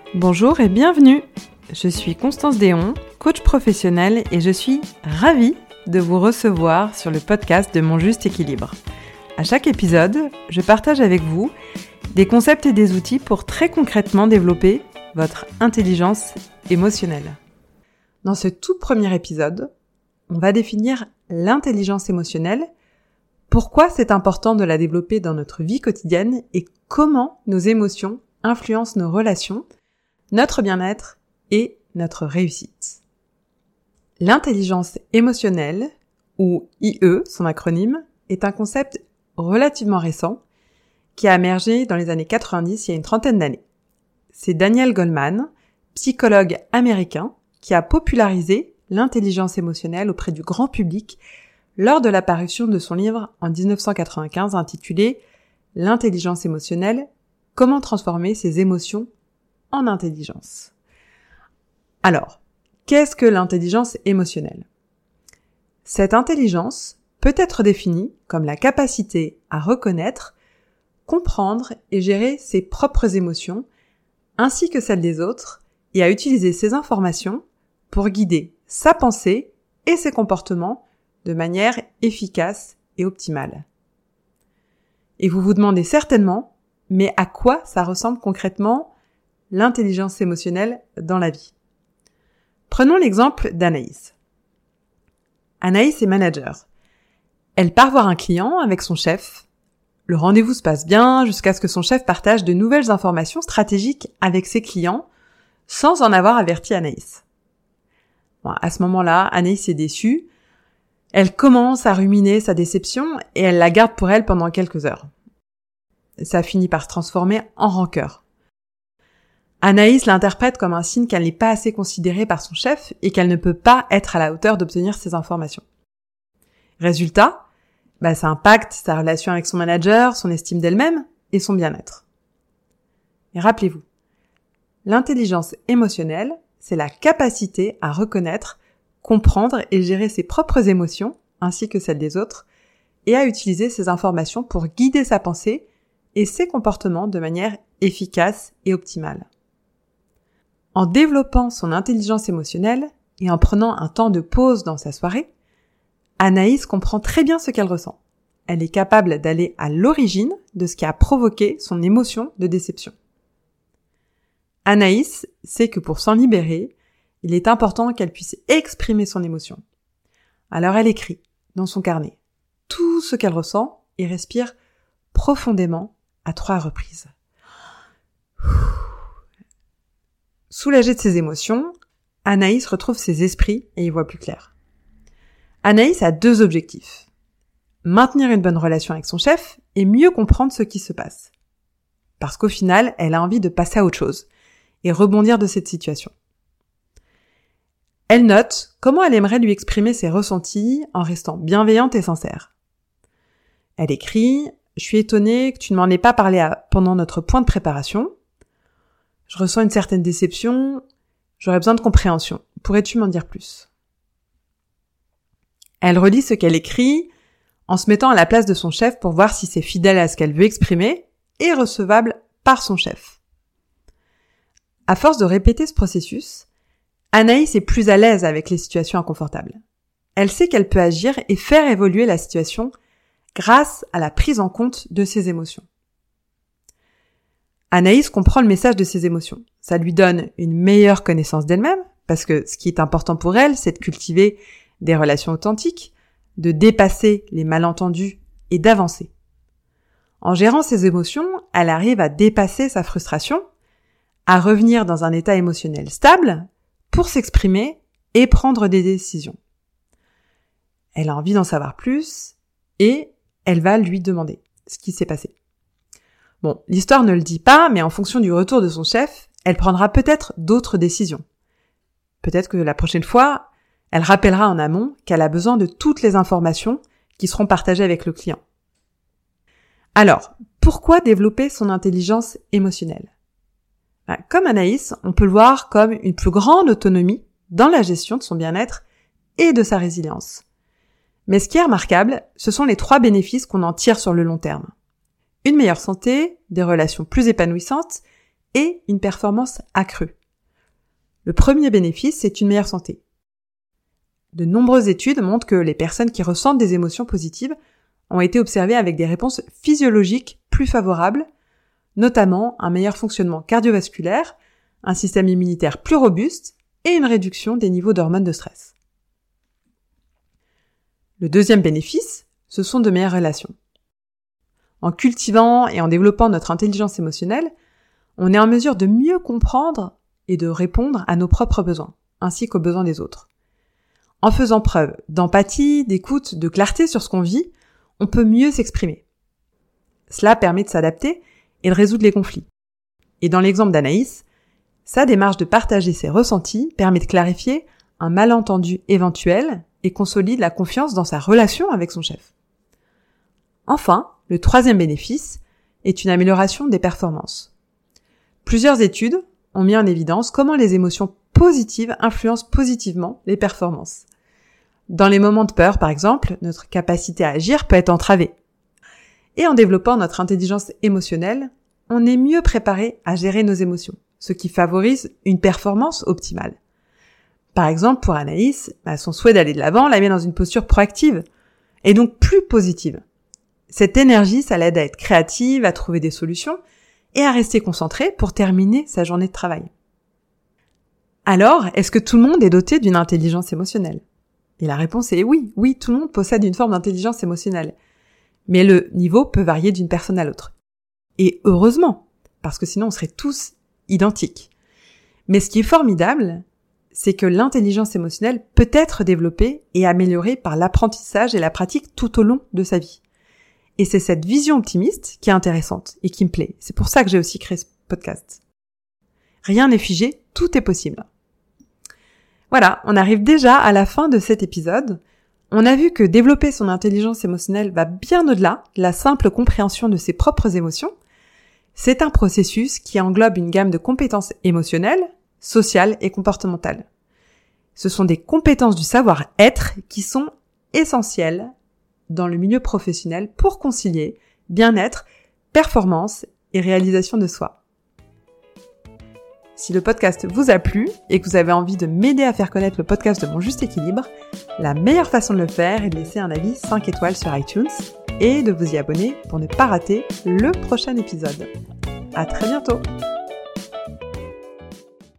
Bonjour et bienvenue. Je suis Constance Déon, coach professionnelle et je suis ravie de vous recevoir sur le podcast de Mon Juste Équilibre. À chaque épisode, je partage avec vous des concepts et des outils pour très concrètement développer votre intelligence émotionnelle. Dans ce tout premier épisode, on va définir l'intelligence émotionnelle, pourquoi c'est important de la développer dans notre vie quotidienne et comment nos émotions influencent nos relations, notre bien-être et notre réussite. L'intelligence émotionnelle, ou IE, son acronyme, est un concept relativement récent qui a émergé dans les années 90, il y a une trentaine d'années. C'est Daniel Goleman, psychologue américain, qui a popularisé l'intelligence émotionnelle auprès du grand public lors de la parution de son livre en 1995 intitulé « L'intelligence émotionnelle, comment transformer ses émotions en intelligence ». Alors, qu'est-ce que l'intelligence émotionnelle ? Cette intelligence peut être définie comme la capacité à reconnaître, comprendre et gérer ses propres émotions, ainsi que celles des autres, et à utiliser ces informations pour guider sa pensée et ses comportements de manière efficace et optimale. Et vous vous demandez certainement, mais à quoi ça ressemble concrètement l'intelligence émotionnelle dans la vie ? Prenons l'exemple d'Anaïs. Anaïs est manager. Elle part voir un client avec son chef. Le rendez-vous se passe bien jusqu'à ce que son chef partage de nouvelles informations stratégiques avec ses clients sans en avoir averti Anaïs. Bon, à ce moment-là, Anaïs est déçue. Elle commence à ruminer sa déception et elle la garde pour elle pendant quelques heures. Ça finit par se transformer en rancœur. Anaïs l'interprète comme un signe qu'elle n'est pas assez considérée par son chef et qu'elle ne peut pas être à la hauteur d'obtenir ces informations. Résultat, ça impacte sa relation avec son manager, son estime d'elle-même et son bien-être. Et rappelez-vous, l'intelligence émotionnelle, c'est la capacité à reconnaître, comprendre et gérer ses propres émotions, ainsi que celles des autres, et à utiliser ces informations pour guider sa pensée et ses comportements de manière efficace et optimale. En développant son intelligence émotionnelle et en prenant un temps de pause dans sa soirée, Anaïs comprend très bien ce qu'elle ressent. Elle est capable d'aller à l'origine de ce qui a provoqué son émotion de déception. Anaïs sait que pour s'en libérer, il est important qu'elle puisse exprimer son émotion. Alors elle écrit dans son carnet tout ce qu'elle ressent et respire profondément à 3 reprises. Soulagée de ses émotions, Anaïs retrouve ses esprits et y voit plus clair. Anaïs a 2 objectifs. Maintenir une bonne relation avec son chef et mieux comprendre ce qui se passe. Parce qu'au final, elle a envie de passer à autre chose et rebondir de cette situation. Elle note comment elle aimerait lui exprimer ses ressentis en restant bienveillante et sincère. Elle écrit « Je suis étonnée que tu ne m'en aies pas parlé pendant notre point de préparation. Je ressens une certaine déception. J'aurais besoin de compréhension. Pourrais-tu m'en dire plus ?» Elle relit ce qu'elle écrit en se mettant à la place de son chef pour voir si c'est fidèle à ce qu'elle veut exprimer et recevable par son chef. À force de répéter ce processus, Anaïs est plus à l'aise avec les situations inconfortables. Elle sait qu'elle peut agir et faire évoluer la situation grâce à la prise en compte de ses émotions. Anaïs comprend le message de ses émotions. Ça lui donne une meilleure connaissance d'elle-même, parce que ce qui est important pour elle, c'est de cultiver des relations authentiques, de dépasser les malentendus et d'avancer. En gérant ses émotions, elle arrive à dépasser sa frustration, à revenir dans un état émotionnel stable pour s'exprimer et prendre des décisions. Elle a envie d'en savoir plus et elle va lui demander ce qui s'est passé. Bon, l'histoire ne le dit pas, mais en fonction du retour de son chef, elle prendra peut-être d'autres décisions. Peut-être que la prochaine fois, elle rappellera en amont qu'elle a besoin de toutes les informations qui seront partagées avec le client. Alors, pourquoi développer son intelligence émotionnelle ? Comme Anaïs, on peut le voir comme une plus grande autonomie dans la gestion de son bien-être et de sa résilience. Mais ce qui est remarquable, ce sont les 3 bénéfices qu'on en tire sur le long terme. Une meilleure santé, des relations plus épanouissantes et une performance accrue. Le premier bénéfice, c'est une meilleure santé. De nombreuses études montrent que les personnes qui ressentent des émotions positives ont été observées avec des réponses physiologiques plus favorables, notamment un meilleur fonctionnement cardiovasculaire, un système immunitaire plus robuste et une réduction des niveaux d'hormones de stress. Le deuxième bénéfice, ce sont de meilleures relations. En cultivant et en développant notre intelligence émotionnelle, on est en mesure de mieux comprendre et de répondre à nos propres besoins, ainsi qu'aux besoins des autres. En faisant preuve d'empathie, d'écoute, de clarté sur ce qu'on vit, on peut mieux s'exprimer. Cela permet de s'adapter et de résoudre les conflits. Et dans l'exemple d'Anaïs, sa démarche de partager ses ressentis permet de clarifier un malentendu éventuel et consolide la confiance dans sa relation avec son chef. Enfin, le troisième bénéfice est une amélioration des performances. Plusieurs études ont mis en évidence comment les émotions positives influencent positivement les performances. Dans les moments de peur, par exemple, notre capacité à agir peut être entravée. Et en développant notre intelligence émotionnelle, on est mieux préparé à gérer nos émotions, ce qui favorise une performance optimale. Par exemple, pour Anaïs, son souhait d'aller de l'avant la met dans une posture proactive, et donc plus positive. Cette énergie, ça l'aide à être créative, à trouver des solutions, et à rester concentrée pour terminer sa journée de travail. Alors, est-ce que tout le monde est doté d'une intelligence émotionnelle ? Et la réponse est oui, tout le monde possède une forme d'intelligence émotionnelle. Mais le niveau peut varier d'une personne à l'autre. Et heureusement, parce que sinon on serait tous identiques. Mais ce qui est formidable, c'est que l'intelligence émotionnelle peut être développée et améliorée par l'apprentissage et la pratique tout au long de sa vie. Et c'est cette vision optimiste qui est intéressante et qui me plaît. C'est pour ça que j'ai aussi créé ce podcast. Rien n'est figé, tout est possible. Voilà, on arrive déjà à la fin de cet épisode. On a vu que développer son intelligence émotionnelle va bien au-delà de la simple compréhension de ses propres émotions. C'est un processus qui englobe une gamme de compétences émotionnelles, sociales et comportementales. Ce sont des compétences du savoir-être qui sont essentielles dans le milieu professionnel pour concilier bien-être, performance et réalisation de soi. Si le podcast vous a plu et que vous avez envie de m'aider à faire connaître le podcast de Mon Juste Équilibre, la meilleure façon de le faire est de laisser un avis 5 étoiles sur iTunes et de vous y abonner pour ne pas rater le prochain épisode. À très bientôt!